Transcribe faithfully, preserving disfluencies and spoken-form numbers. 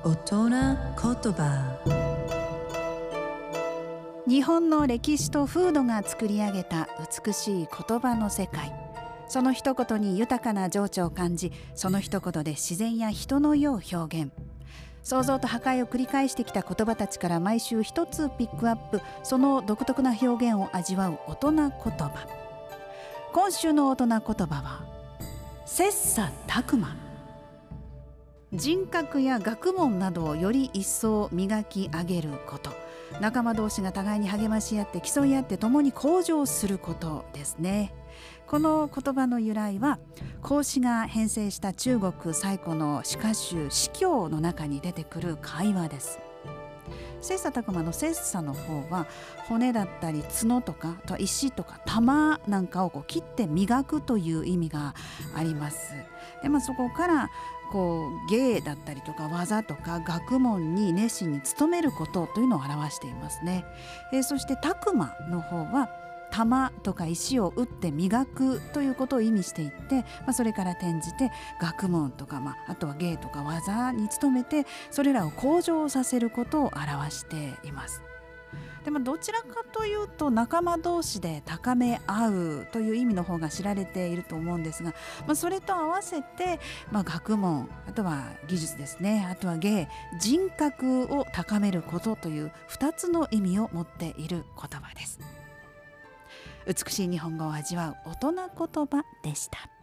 大人言葉。 日本の歴史と風土が作り上げた美しい言葉の世界。その一言に豊かな情緒を感じ、その一言で自然や人の世を表現。創造と破壊を繰り返してきた言葉たちから毎週一つピックアップ、その独特な表現を味わう大人言葉。今週の大人言葉は切磋琢磨。人格や学問などをより一層磨き上げること、仲間同士が互いに励まし合って競い合って共に向上することですね。この言葉の由来は孔子が編成した中国最古の詩歌集詩経の中に出てくる会話です。切磋琢磨の切磋の方は骨だったり角とか、あとは石とか玉なんかをこう切って磨くという意味があります。で、まあ、そこからこう芸だったりとか技とか学問に熱心に努めることというのを表していますね。えー、そして琢磨の方は玉とか石を打って磨くということを意味していって、まあ、それから転じて学問とか、まあ、あとは芸とか技に努めてそれらを向上させることを表しています。でもどちらかというと仲間同士で高め合うという意味の方が知られていると思うんですが、まあ、それと合わせて、まあ、学問、あとは技術ですね、あとは芸、人格を高めることというふたつの意味を持っている言葉です。美しい日本語を味わう大人言葉でした。